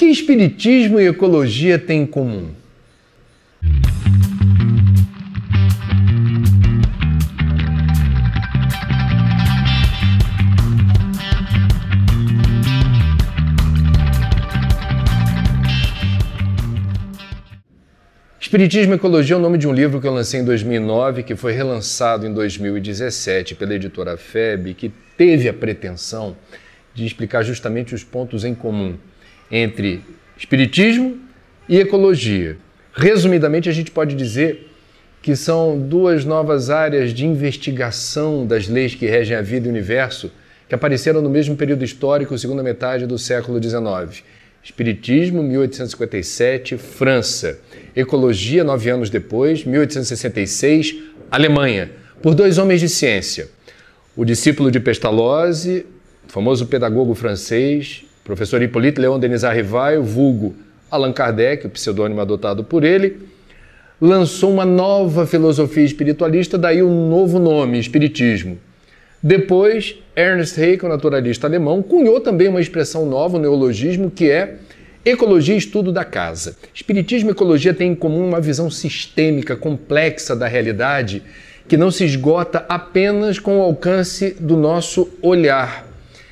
que espiritismo e ecologia têm em comum? Espiritismo e Ecologia é o nome de um livro que eu lancei em 2009, que foi relançado em 2017 pela editora FEB, que teve a pretensão de explicar justamente os pontos em comum entre espiritismo e ecologia. Resumidamente, a gente pode dizer que são duas novas áreas de investigação das leis que regem a vida e o universo que apareceram no mesmo período histórico, segunda metade do século XIX. Espiritismo, 1857, França. Ecologia, 9 anos depois, 1866, Alemanha, por dois homens de ciência. O discípulo de Pestalozzi, famoso pedagogo francês, professor Hippolyte Léon Denis Arrival, vulgo Allan Kardec, o pseudônimo adotado por ele, lançou uma nova filosofia espiritualista, daí um novo nome, Espiritismo. Depois, Ernst Haeckel, naturalista alemão, cunhou também uma expressão nova, o neologismo, que é ecologia e estudo da casa. Espiritismo e ecologia têm em comum uma visão sistêmica, complexa da realidade, que não se esgota apenas com o alcance do nosso olhar.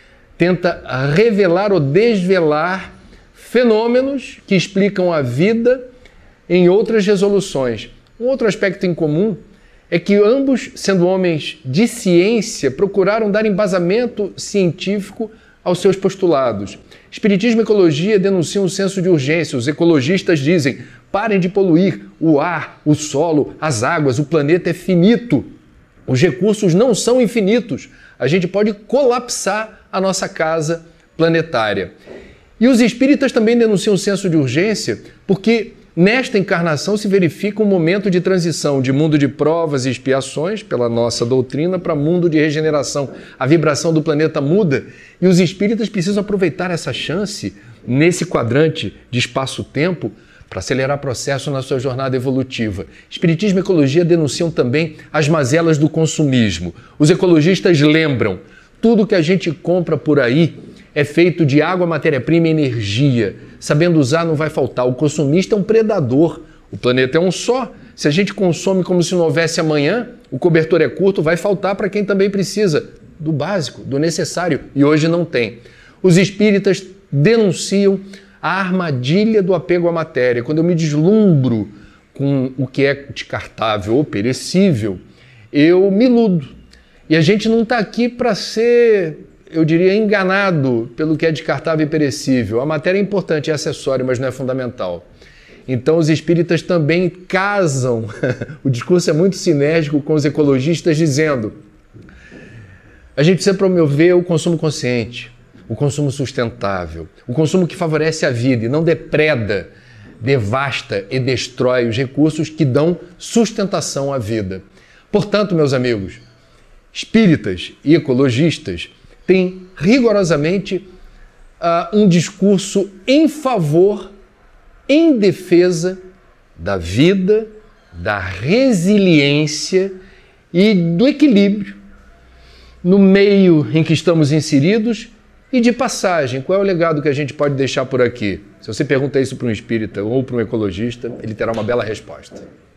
Tenta revelar ou desvelar fenômenos que explicam a vida em outras resoluções. Um outro aspecto em comum é que ambos, sendo homens de ciência, procuraram dar embasamento científico aos seus postulados. Espiritismo e ecologia denunciam um senso de urgência. Os ecologistas dizem: parem de poluir o ar, o solo, as águas, o planeta é finito. Os recursos não são infinitos. A gente pode colapsar a nossa casa planetária. E os espíritas também denunciam um senso de urgência porque nesta encarnação se verifica um momento de transição de mundo de provas e expiações, pela nossa doutrina, para mundo de regeneração. A vibração do planeta muda e os espíritas precisam aproveitar essa chance nesse quadrante de espaço-tempo para acelerar o processo na sua jornada evolutiva. Espiritismo e ecologia denunciam também as mazelas do consumismo. Os ecologistas lembram: tudo que a gente compra por aí é feito de água, matéria-prima e energia. Sabendo usar, não vai faltar. O consumista é um predador. O planeta é um só. Se a gente consome como se não houvesse amanhã, o cobertor é curto, vai faltar para quem também precisa do básico, do necessário, e hoje não tem. Os espíritas denunciam a armadilha do apego à matéria. Quando eu me deslumbro com o que é descartável ou perecível, eu me iludo. E a gente não está aqui para ser, eu diria, enganado pelo que é descartável e perecível. A matéria é importante, é acessório, mas não é fundamental. Então os espíritas também casam, o discurso é muito sinérgico com os ecologistas, dizendo: a gente precisa promover o consumo consciente, o consumo sustentável, o consumo que favorece a vida e não depreda, devasta e destrói os recursos que dão sustentação à vida. Portanto, meus amigos, espíritas e ecologistas têm rigorosamente um discurso em favor, em defesa da vida, da resiliência e do equilíbrio no meio em que estamos inseridos e de passagem. Qual é o legado que a gente pode deixar por aqui? Se você pergunta isso para um espírita ou para um ecologista, ele terá uma bela resposta.